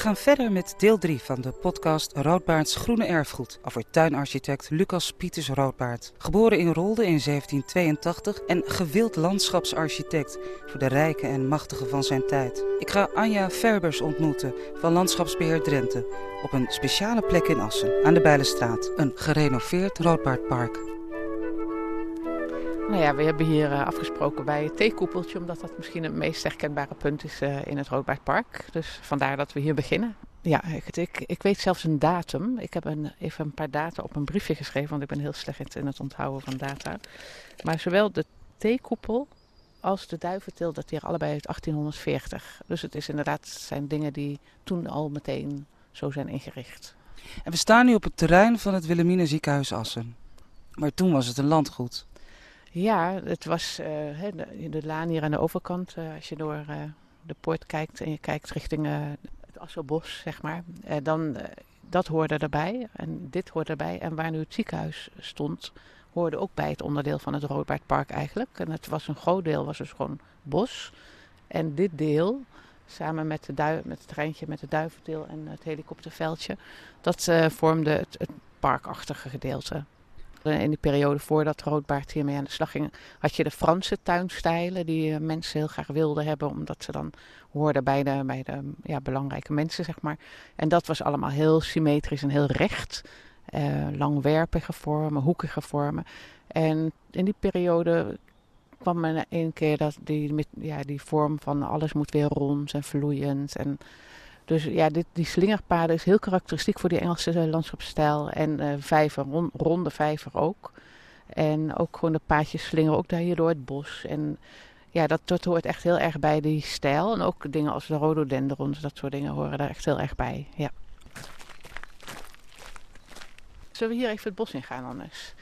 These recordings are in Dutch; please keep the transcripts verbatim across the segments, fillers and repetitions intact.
gaan verder met deel drie van de podcast Roodbaards Groene Erfgoed over tuinarchitect Lucas Pieters Roodbaard. Geboren in Rolde in zeventien tweeëntachtig en gewild landschapsarchitect voor de rijken en machtigen van zijn tijd. Ik ga Anja Verbers ontmoeten van Landschapsbeheer Drenthe op een speciale plek in Assen aan de Bijlenstraat, een gerenoveerd Roodbaardpark. Nou ja, we hebben hier uh, afgesproken bij het theekoepeltje, omdat dat misschien het meest herkenbare punt is uh, in het Roodbaardpark. Dus vandaar dat we hier beginnen. Ja, ik, ik, ik weet zelfs een datum. Ik heb een, even een paar data op een briefje geschreven, want ik ben heel slecht in het onthouden van data. Maar zowel de theekoepel als de duiventil dateren allebei uit achttienhonderdveertig. Dus het is inderdaad zijn dingen die toen al meteen zo zijn ingericht. En we staan nu op het terrein van het Wilhelmina Ziekenhuis Assen. Maar toen was het een landgoed. Ja, het was uh, de, de laan hier aan de overkant. Uh, als je door uh, de poort kijkt en je kijkt richting uh, het Asselbos, zeg maar. Uh, dan, uh, dat hoorde erbij en dit hoorde erbij. En waar nu het ziekenhuis stond, hoorde ook bij het onderdeel van het Roodbaardpark eigenlijk. En het was een groot deel, was dus gewoon bos. En dit deel, samen met, de dui- met het treintje, met de duiventil en het helikopterveldje, dat uh, vormde het, het parkachtige gedeelte. In die periode voordat Roodbaard hiermee aan de slag ging, had je de Franse tuinstijlen die mensen heel graag wilden hebben, omdat ze dan hoorden bij de, bij de ja, belangrijke mensen, zeg maar. En dat was allemaal heel symmetrisch en heel recht. Uh, langwerpige vormen, hoekige vormen. En in die periode kwam er een keer dat die, met, ja, die vorm van alles moet weer rond en vloeiend en... Dus ja, dit, die slingerpaden is heel karakteristiek voor die Engelse landschapsstijl. En uh, vijver, rond, ronde vijver ook. En ook gewoon de paadjes slingeren ook daar hier door het bos. En ja, dat, dat hoort echt heel erg bij die stijl. En ook dingen als de rhododendrons, dat soort dingen horen daar echt heel erg bij. Ja. Zullen we hier even het bos in gaan anders?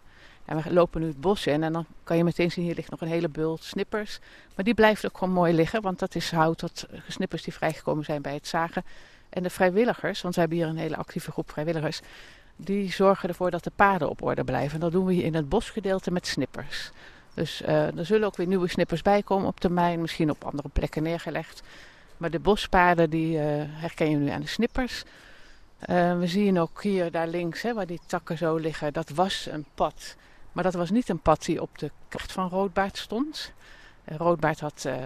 En we lopen nu het bos in en dan kan je meteen zien, hier ligt nog een hele bult snippers. Maar die blijft ook gewoon mooi liggen, want dat is hout, dat snippers die vrijgekomen zijn bij het zagen. En de vrijwilligers, want we hebben hier een hele actieve groep vrijwilligers, die zorgen ervoor dat de paden op orde blijven. En dat doen we hier in het bosgedeelte met snippers. Dus uh, er zullen ook weer nieuwe snippers bij komen op termijn, misschien op andere plekken neergelegd. Maar de bospaden die uh, herken je nu aan de snippers. Uh, we zien ook hier daar links, hè, waar die takken zo liggen, dat was een pad. Maar dat was niet een pad die op de kaart van Roodbaard stond. Uh, Roodbaard had uh,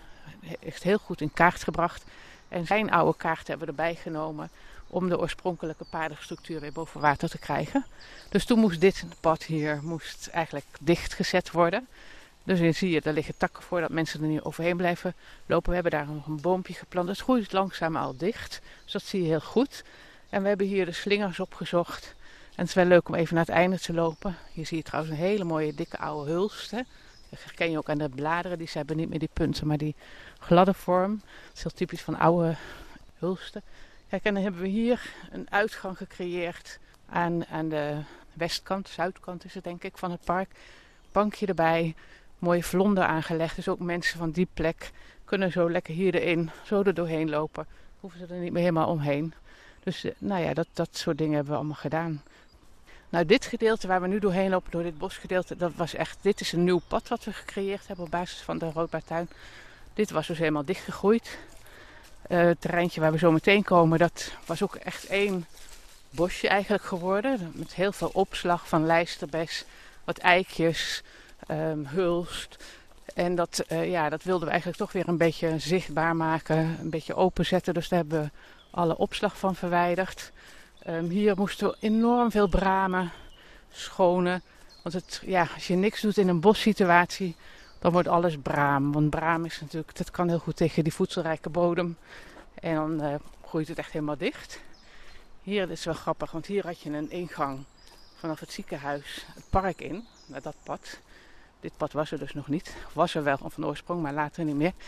echt heel goed in kaart gebracht. En zijn oude kaart hebben we erbij genomen om de oorspronkelijke padenstructuur weer boven water te krijgen. Dus toen moest dit pad hier moest eigenlijk dichtgezet worden. Dus hier zie je, er liggen takken voor dat mensen er niet overheen blijven lopen. We hebben daar nog een boompje geplant. Het groeit langzaam al dicht, dus dat zie je heel goed. En we hebben hier de slingers opgezocht. En het is wel leuk om even naar het einde te lopen. Hier zie je trouwens een hele mooie dikke oude hulst. Hè. Dat herken je ook aan de bladeren. Die hebben niet meer die punten, maar die gladde vorm. Dat is heel typisch van oude hulsten. Kijk, en dan hebben we hier een uitgang gecreëerd aan, aan de westkant, zuidkant is het denk ik, van het park. Bankje erbij, mooie vlonder aangelegd. Dus ook mensen van die plek kunnen zo lekker hier erin, zo er doorheen lopen. Hoeven ze er niet meer helemaal omheen. Dus nou ja, dat, dat soort dingen hebben we allemaal gedaan. Nou, dit gedeelte waar we nu doorheen lopen, door dit bosgedeelte, dat was echt, dit is een nieuw pad wat we gecreëerd hebben op basis van de Roodbaardtuin. Dit was dus helemaal dichtgegroeid. Uh, het terreintje waar we zo meteen komen, dat was ook echt één bosje eigenlijk geworden. Met heel veel opslag van lijsterbes, wat eikjes, um, hulst. En dat, uh, ja, dat wilden we eigenlijk toch weer een beetje zichtbaar maken, een beetje openzetten. Dus daar hebben we alle opslag van verwijderd. Um, hier moesten we enorm veel bramen schonen. Want het, ja, als je niks doet in een bossituatie, dan wordt alles braam. Want braam is natuurlijk, dat kan heel goed tegen die voedselrijke bodem. En dan uh, groeit het echt helemaal dicht. Hier, dit is wel grappig, want hier had je een ingang vanaf het ziekenhuis het park in. Naar dat pad. Dit pad was er dus nog niet. Was er wel van oorsprong, maar later niet meer.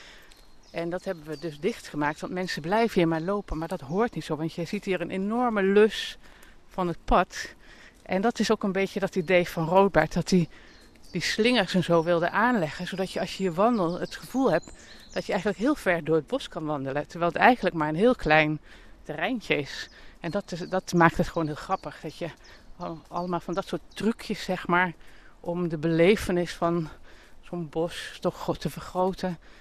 En dat hebben we dus dichtgemaakt, want mensen blijven hier maar lopen. Maar dat hoort niet zo, want je ziet hier een enorme lus van het pad. En dat is ook een beetje dat idee van Roodbaard, dat hij die slingers en zo wilde aanleggen. Zodat je als je hier wandelt het gevoel hebt dat je eigenlijk heel ver door het bos kan wandelen. Terwijl het eigenlijk maar een heel klein terreintje is. En dat, is, dat maakt het gewoon heel grappig. Dat je allemaal van dat soort trucjes, zeg maar, om de belevenis van zo'n bos toch te vergroten.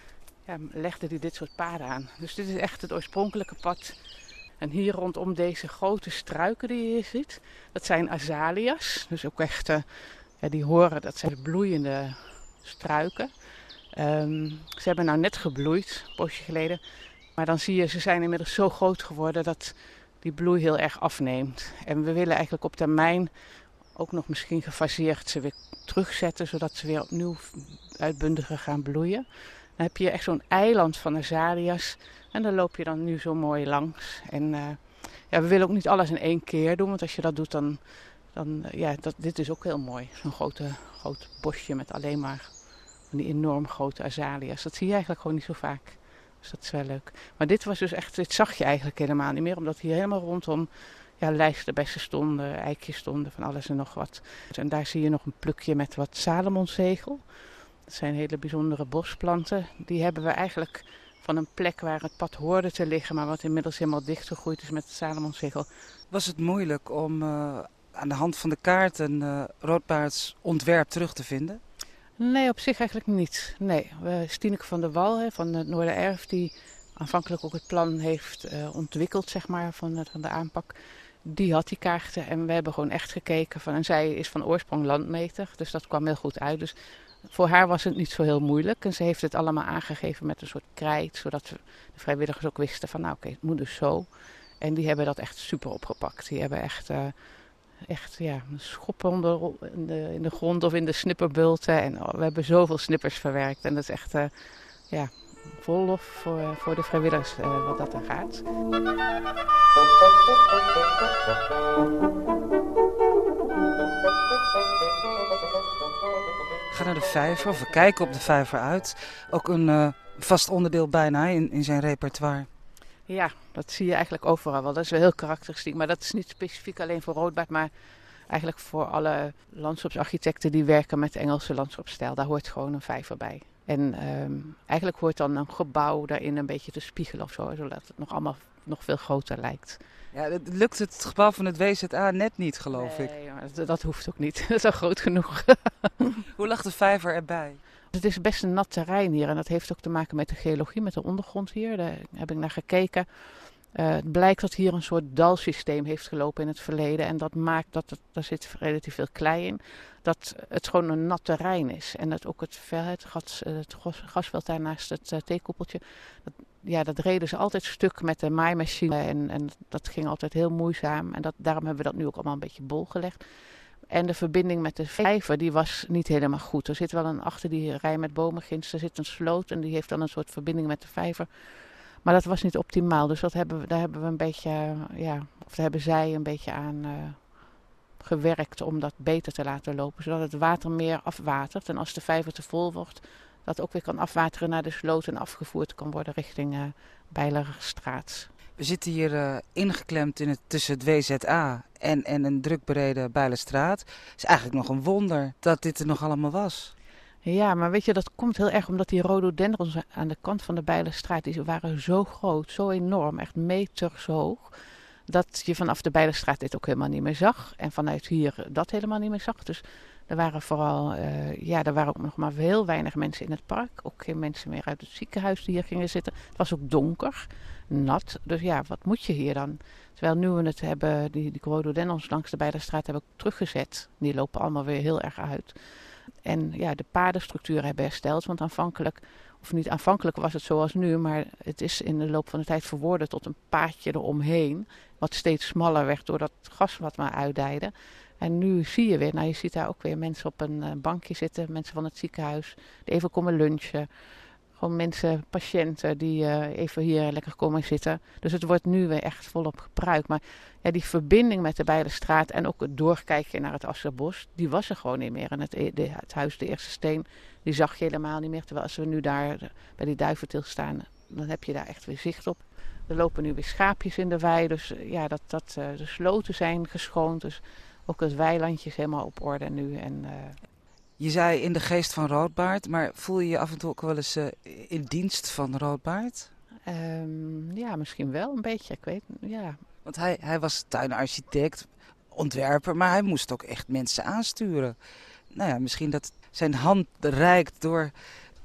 ja, legde hij dit soort paden aan. Dus dit is echt het oorspronkelijke pad. En hier rondom deze grote struiken die je hier ziet, dat zijn azalea's. Dus ook echt, uh, ja, die horen, dat zijn bloeiende struiken. Um, ze hebben nou net gebloeid, een poosje geleden. Maar dan zie je, ze zijn inmiddels zo groot geworden dat die bloei heel erg afneemt. En we willen eigenlijk op termijn ook nog misschien gefaseerd ze weer terugzetten, zodat ze weer opnieuw uitbundiger gaan bloeien. Dan heb je echt zo'n eiland van azalea's en daar loop je dan nu zo mooi langs. En uh, ja, we willen ook niet alles in één keer doen, want als je dat doet dan, dan uh, ja, dat, dit is ook heel mooi. Zo'n grote, groot bosje met alleen maar van die enorm grote azalea's. Dat zie je eigenlijk gewoon niet zo vaak. Dus dat is wel leuk. Maar dit was dus echt, dit zag je eigenlijk helemaal niet meer, omdat hier helemaal rondom ja, lijsterbessen stonden, eikjes stonden, van alles en nog wat. En daar zie je nog een plukje met wat salomonzegel. Dat zijn hele bijzondere bosplanten. Die hebben we eigenlijk van een plek waar het pad hoorde te liggen, maar wat inmiddels helemaal dichtgegroeid is met het salomonzegel. Was het moeilijk om uh, aan de hand van de kaart een uh, Roodbaards ontwerp terug te vinden? Nee, op zich eigenlijk niet. Nee, Stineke van der Wal hè, van het Noordererf, die aanvankelijk ook het plan heeft uh, ontwikkeld, zeg maar, van, uh, van de aanpak. Die had die kaarten en we hebben gewoon echt gekeken van, en zij is van oorsprong landmeter, dus dat kwam heel goed uit. Dus voor haar was het niet zo heel moeilijk en ze heeft het allemaal aangegeven met een soort krijt, zodat we, de vrijwilligers ook wisten van, nou oké, okay, het moet dus zo. En die hebben dat echt super opgepakt. Die hebben echt, uh, echt ja, schoppen onder, in, de, in de grond of in de snipperbulten. En oh, we hebben zoveel snippers verwerkt en dat is echt, uh, ja, vol lof voor, voor de vrijwilligers uh, wat dat er gaat. Ga naar de vijver, of we kijken op de vijver uit. Ook een uh, vast onderdeel bijna in, in zijn repertoire. Ja, dat zie je eigenlijk overal wel. Dat is wel heel karakteristiek. Maar dat is niet specifiek alleen voor Roodbaard, maar eigenlijk voor alle landschapsarchitecten die werken met Engelse landschapsstijl. Daar hoort gewoon een vijver bij. En um, eigenlijk hoort dan een gebouw daarin een beetje te spiegelen of zo, zodat het nog allemaal nog veel groter lijkt. Ja, het lukt het gebouw van het W Z A net niet, geloof nee, ik. Maar dat, dat hoeft ook niet. Dat is al groot genoeg. Hoe lag de vijver erbij? Het is best een nat terrein hier en dat heeft ook te maken met de geologie, met de ondergrond hier. Daar heb ik naar gekeken. Uh, het blijkt dat hier een soort dalsysteem heeft gelopen in het verleden. En dat maakt dat het, daar zit relatief veel klei in. Dat het gewoon een nat terrein is. En dat ook het, het, gas, het gasveld daar naast het uh, theekoepeltje. Dat, ja, dat reden ze altijd stuk met de maaimachine. En, en dat ging altijd heel moeizaam. En dat, daarom hebben we dat nu ook allemaal een beetje bol gelegd. En de verbinding met de vijver, die was niet helemaal goed. Er zit wel een, achter die rij met bomen ginds, er zit een sloot en die heeft dan een soort verbinding met de vijver. Maar dat was niet optimaal, dus dat hebben we, daar hebben we een beetje, ja, of daar hebben zij een beetje aan uh, gewerkt om dat beter te laten lopen. Zodat het water meer afwatert en als de vijver te vol wordt, dat ook weer kan afwateren naar de sloot en afgevoerd kan worden richting uh, Bijlerstraat. We zitten hier uh, ingeklemd in het, tussen het W Z A en, en een drukbereden Bijlerstraat. Het is eigenlijk nog een wonder dat dit er nog allemaal was. Ja, maar weet je, dat komt heel erg omdat die rhododendrons aan de kant van de Bijlerstraat, die waren zo groot, zo enorm, echt meters hoog, dat je vanaf de Bijlerstraat dit ook helemaal niet meer zag. En vanuit hier dat helemaal niet meer zag. Dus er waren vooral, uh, ja, er waren ook nog maar heel weinig mensen in het park. Ook geen mensen meer uit het ziekenhuis die hier gingen zitten. Het was ook donker, nat. Dus ja, wat moet je hier dan? Terwijl nu we het hebben, die, die rhododendrons langs de Bijlerstraat hebben we teruggezet. Die lopen allemaal weer heel erg uit. En ja, de padenstructuur hebben hersteld. Want aanvankelijk, of niet aanvankelijk was het zoals nu, maar het is in de loop van de tijd verworden tot een paadje eromheen. Wat steeds smaller werd door dat gas wat maar uitdijde. En nu zie je weer, nou je ziet daar ook weer mensen op een bankje zitten, mensen van het ziekenhuis, die even komen lunchen. Gewoon mensen, patiënten die uh, even hier lekker komen zitten. Dus het wordt nu weer echt volop gebruikt. Maar ja, die verbinding met de Bijlerstraat en ook het doorkijken naar het Asserbos, die was er gewoon niet meer. En het, de, het huis De Eerste Steen, die zag je helemaal niet meer. Terwijl als we nu daar bij die Duiventil staan, dan heb je daar echt weer zicht op. Er lopen nu weer schaapjes in de wei. Dus ja, dat, dat, uh, de sloten zijn geschoond. Dus ook het weilandje is helemaal op orde nu. En, uh, Je zei in de geest van Roodbaard, maar voel je je af en toe ook wel eens uh, in dienst van Roodbaard? Um, ja, misschien wel een beetje, ik weet ja. Want hij, hij was tuinarchitect, ontwerper, maar hij moest ook echt mensen aansturen. Nou ja, misschien dat zijn hand reikt door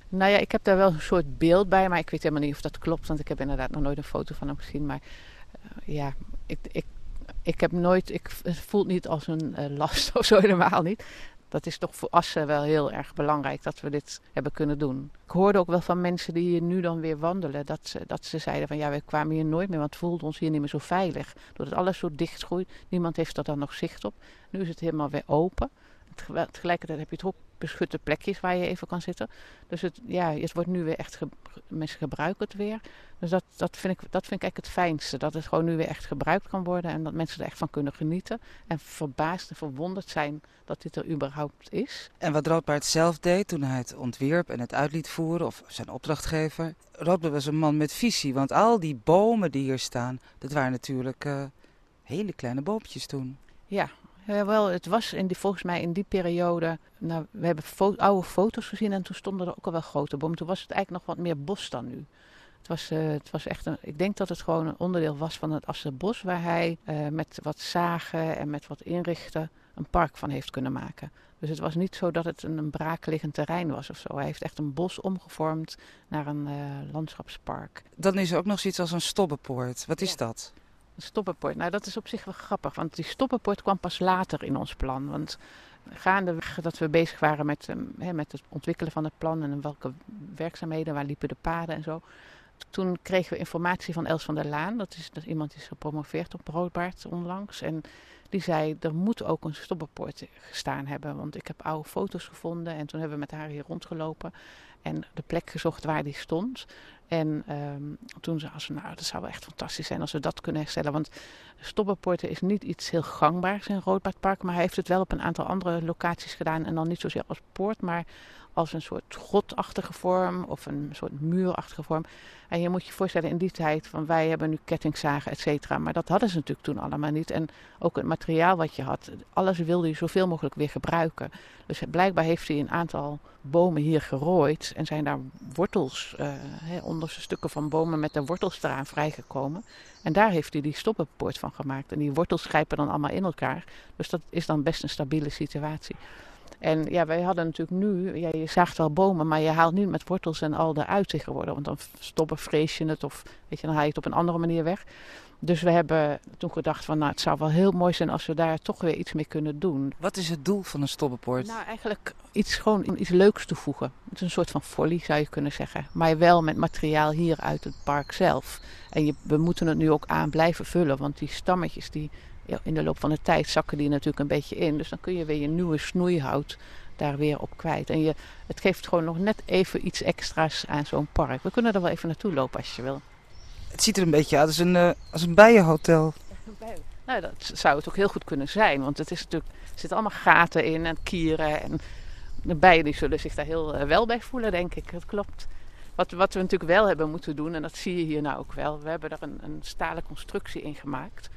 Nou ja, ik heb daar wel een soort beeld bij, maar ik weet helemaal niet of dat klopt. Want ik heb inderdaad nog nooit een foto van hem gezien. Maar uh, ja, ik, ik, ik heb nooit, ik, het voelt niet als een uh, last of zo, helemaal niet. Dat is toch voor Assen wel heel erg belangrijk dat we dit hebben kunnen doen. Ik hoorde ook wel van mensen die hier nu dan weer wandelen. Dat ze, dat ze zeiden van ja, we kwamen hier nooit meer. Want het voelde ons hier niet meer zo veilig. Doordat alles zo dicht groeit. Niemand heeft er dan nog zicht op. Nu is het helemaal weer open. Tegelijkertijd heb je toch beschutte plekjes waar je even kan zitten. Dus het, ja, het wordt nu weer echt, ge, mensen gebruiken het weer. Dus dat, dat, vind ik, dat vind ik eigenlijk het fijnste. Dat het gewoon nu weer echt gebruikt kan worden. En dat mensen er echt van kunnen genieten. En verbaasd en verwonderd zijn dat dit er überhaupt is. En wat Roodbaard zelf deed toen hij het ontwierp en het uit liet voeren, of zijn opdrachtgever. Roodbaard was een man met visie. Want al die bomen die hier staan, dat waren natuurlijk uh, hele kleine boompjes toen. Ja. Ja, wel, het was in die, volgens mij in die periode, nou, we hebben fo- oude foto's gezien en toen stonden er ook al wel grote bomen. Toen was het eigenlijk nog wat meer bos dan nu. Het was, uh, het was echt een, ik denk dat het gewoon een onderdeel was van het Assenbos waar hij uh, met wat zagen en met wat inrichten een park van heeft kunnen maken. Dus het was niet zo dat het een, een braakliggend terrein was of zo. Hij heeft echt een bos omgevormd naar een uh, landschapspark. Dan is er ook nog zoiets als een stobbenpoort. Wat is ja. dat? Een stoppenpoort. Nou, dat is op zich wel grappig, want die stoppenpoort kwam pas later in ons plan. Want gaandeweg dat we bezig waren met, um, he, met het ontwikkelen van het plan en welke werkzaamheden, waar liepen de paden en zo. Toen kregen we informatie van Els van der Laan, dat is, dat iemand die is gepromoveerd op Roodbaard onlangs. En die zei, er moet ook een stoppenpoort gestaan hebben, want ik heb oude foto's gevonden en toen hebben we met haar hier rondgelopen en de plek gezocht waar die stond. En um, toen zei ze, nou, dat zou wel echt fantastisch zijn als we dat kunnen herstellen. Want stoppenpoorten is niet iets heel gangbaars in Roodbaardpark. Maar hij heeft het wel op een aantal andere locaties gedaan. En dan niet zozeer als poort, maar als een soort grotachtige vorm of een soort muurachtige vorm. En je moet je voorstellen in die tijd van wij hebben nu kettingzagen, et cetera. Maar dat hadden ze natuurlijk toen allemaal niet. En ook het materiaal wat je had, alles wilde je zoveel mogelijk weer gebruiken. Dus blijkbaar heeft hij een aantal bomen hier gerooid en zijn daar wortels, uh, he, onderste stukken van bomen met de wortels eraan vrijgekomen. En daar heeft hij die stoppenpoort van gemaakt. En die wortels grijpen dan allemaal in elkaar. Dus dat is dan best een stabiele situatie. En ja, wij hadden natuurlijk nu, ja, je zaagt wel bomen, maar je haalt niet met wortels en al eruit tegenwoordig. Want dan stoppenvrees je het of weet je, dan haal je het op een andere manier weg. Dus we hebben toen gedacht van, nou, het zou wel heel mooi zijn als we daar toch weer iets mee kunnen doen. Wat is het doel van een stoppenpoort? Nou, eigenlijk iets, gewoon iets leuks toevoegen. Het is een soort van folly, zou je kunnen zeggen. Maar wel met materiaal hier uit het park zelf. En je, we moeten het nu ook aan blijven vullen, want die stammetjes die ja, in de loop van de tijd zakken die natuurlijk een beetje in. Dus dan kun je weer je nieuwe snoeihout daar weer op kwijt. En je, het geeft gewoon nog net even iets extra's aan zo'n park. We kunnen er wel even naartoe lopen als je wil. Het ziet er een beetje uit als een, uh, als een bijenhotel. Nou, dat zou het ook heel goed kunnen zijn. Want het is natuurlijk, er zitten allemaal gaten in en kieren. En de bijen die zullen zich daar heel uh, wel bij voelen, denk ik. Dat klopt. Wat, wat we natuurlijk wel hebben moeten doen, en dat zie je hier nou ook wel. We hebben er een, een stalen constructie in gemaakt.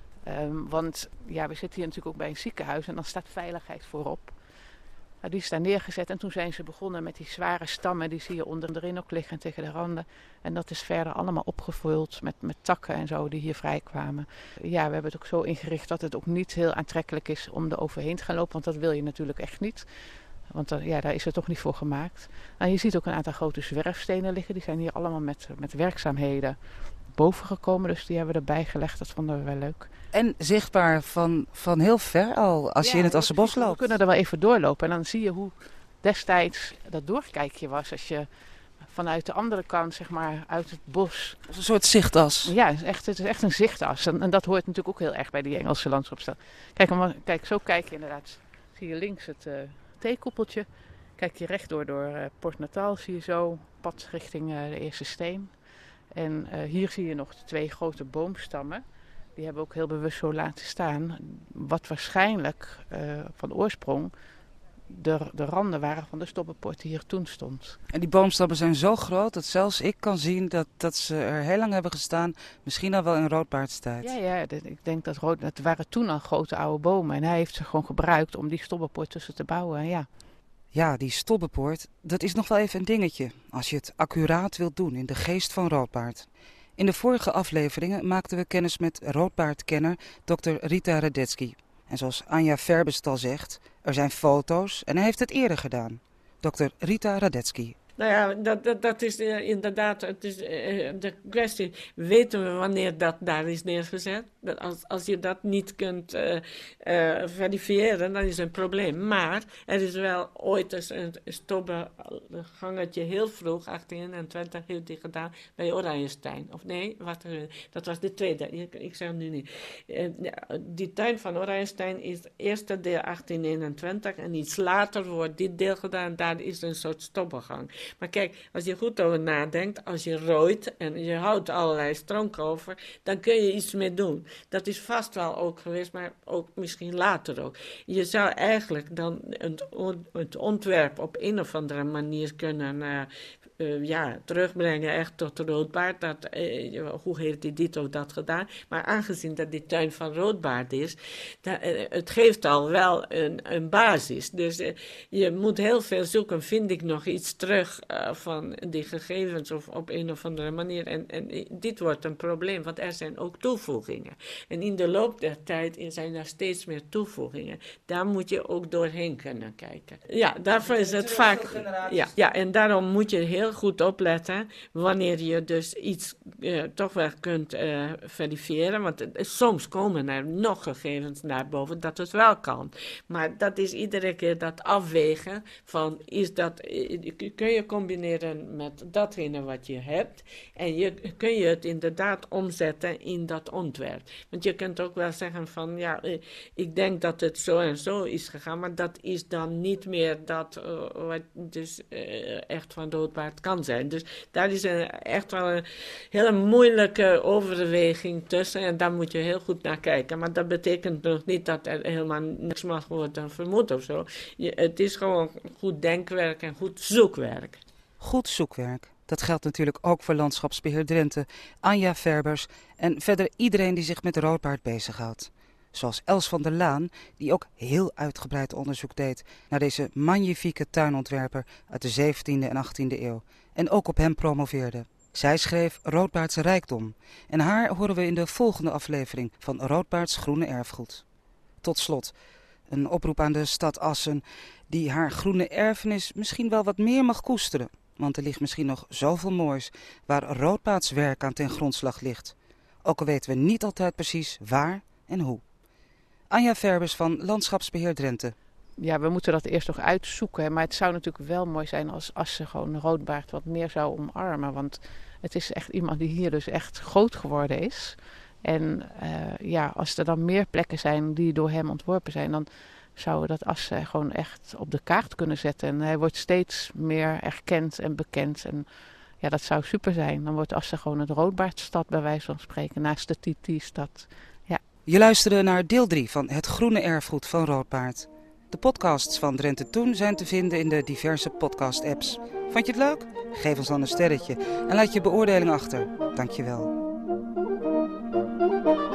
Um, want ja, we zitten hier natuurlijk ook bij een ziekenhuis en dan staat veiligheid voorop. Nou, die is daar neergezet en toen zijn ze begonnen met die zware stammen. Die zie je onderin ook liggen tegen de randen. En dat is verder allemaal opgevuld met, met takken en zo die hier vrijkwamen. Ja, we hebben het ook zo ingericht dat het ook niet heel aantrekkelijk is om er overheen te gaan lopen. Want dat wil je natuurlijk echt niet. Want uh, ja, daar is het toch niet voor gemaakt. Nou, je ziet ook een aantal grote zwerfstenen liggen. Die zijn hier allemaal met, met werkzaamheden boven gekomen. Dus die hebben we erbij gelegd. Dat vonden we wel leuk. En zichtbaar van, van heel ver al, als ja, je in het Assenbos loopt. We kunnen er wel even doorlopen. En dan zie je hoe destijds dat doorkijkje was. Als je vanuit de andere kant, zeg maar, uit het bos. Een soort zichtas. Ja, het is echt, het is echt een zichtas. En, en dat hoort natuurlijk ook heel erg bij die Engelse landschapstijl. Kijk, maar, kijk, zo kijk je inderdaad. Zie je links het uh, theekoepeltje. Kijk je rechtdoor door uh, Port Natal, zie je zo pad richting uh, de Eerste Steen. En uh, hier zie je nog de twee grote boomstammen. Die hebben we ook heel bewust zo laten staan. Wat waarschijnlijk uh, van oorsprong de, de randen waren van de stoppenpoort die hier toen stond. En die boomstammen zijn zo groot dat zelfs ik kan zien dat, dat ze er heel lang hebben gestaan. Misschien al wel in Roodbaardstijd. Ja, ja, ik denk dat rood, het waren toen al grote oude bomen. En hij heeft ze gewoon gebruikt om die stoppenpoort tussen te bouwen. Ja. Ja, die stoppenpoort, dat is nog wel even een dingetje. Als je het accuraat wilt doen in de geest van Roodbaard. In de vorige afleveringen maakten we kennis met Roodbaardkenner dokter Rita Radetzky. En zoals Anja Verbest al zegt, er zijn foto's en hij heeft het eerder gedaan. dokter Rita Radetzky. Nou ja, dat, dat, dat is uh, inderdaad het is, uh, de kwestie. Weten we wanneer dat daar is neergezet? Dat als, als je dat niet kunt uh, uh, verifiëren, dan is het een probleem. Maar er is wel ooit eens een stobbengangetje heel vroeg, achttien eenentwintig, heeft hij gedaan bij Oranjestein. Of nee, wat, uh, dat was de tweede. Ik, ik zeg het nu niet. Uh, ja, die tuin van Oranjestein is het eerste deel achttien eenentwintig en iets later wordt dit deel gedaan. Daar is een soort stobbengang. Maar kijk, als je goed over nadenkt, als je rooit en je houdt allerlei stronken over, dan kun je iets mee doen. Dat is vast wel ook geweest, maar ook misschien later ook. Je zou eigenlijk dan het, het ontwerp op een of andere manier kunnen uh, uh, ja, terugbrengen echt tot Roodbaard. Dat, uh, hoe heeft hij dit of dat gedaan? Maar aangezien dat die tuin van Roodbaard is, dat, uh, het geeft al wel een, een basis. Dus uh, je moet heel veel zoeken, vind ik nog iets terug uh, van die gegevens of op een of andere manier. En, en dit wordt een probleem, want er zijn ook toevoegingen. En in de loop der tijd zijn er steeds meer toevoegingen. Daar moet je ook doorheen kunnen kijken. Ja, daarvoor is het vaak. Ja, ja, en daarom moet je heel goed opletten wanneer je dus iets uh, toch wel kunt uh, verifiëren. Want uh, soms komen er nog gegevens naar boven dat het wel kan. Maar dat is iedere keer dat afwegen van is dat, uh, kun je combineren met datgene wat je hebt. En je, kun je het inderdaad omzetten in dat ontwerp. Want je kunt ook wel zeggen van ja, uh, ik denk dat het zo en zo is gegaan. Maar dat is dan niet meer dat uh, wat dus uh, echt van Roodbaard kan zijn. Dus daar is een, echt wel een hele moeilijke overweging tussen. En daar moet je heel goed naar kijken. Maar dat betekent nog niet dat er helemaal niks mag worden vermoed of zo. Je, het is gewoon goed denkwerk en goed zoekwerk. Goed zoekwerk. Dat geldt natuurlijk ook voor Landschapsbeheer Drenthe, Anja Verbers en verder iedereen die zich met Roodbaard bezighoudt. Zoals Els van der Laan, die ook heel uitgebreid onderzoek deed naar deze magnifieke tuinontwerper uit de zeventiende en achttiende eeuw en ook op hem promoveerde. Zij schreef Roodbaards rijkdom en haar horen we in de volgende aflevering van Roodbaards Groene Erfgoed. Tot slot, een oproep aan de stad Assen die haar groene erfenis misschien wel wat meer mag koesteren. Want er ligt misschien nog zoveel moois waar Roodbaards werk aan ten grondslag ligt. Ook al weten we niet altijd precies waar en hoe. Anja Verbers van Landschapsbeheer Drenthe. Ja, we moeten dat eerst nog uitzoeken. Maar het zou natuurlijk wel mooi zijn als Assen gewoon Roodbaard wat meer zou omarmen. Want het is echt iemand die hier dus echt groot geworden is. En uh, ja, als er dan meer plekken zijn die door hem ontworpen zijn, dan zouden we dat Assen gewoon echt op de kaart kunnen zetten. En hij wordt steeds meer erkend en bekend. En ja, dat zou super zijn. Dan wordt Assen gewoon een Roodbaardstad bij wijze van spreken, naast de Titi-stad. Ja. Je luisterde naar deel drie van Het Groene Erfgoed van Roodbaard. De podcasts van Drenthe Toen zijn te vinden in de diverse podcast-apps. Vond je het leuk? Geef ons dan een sterretje en laat je beoordeling achter. Dank je wel.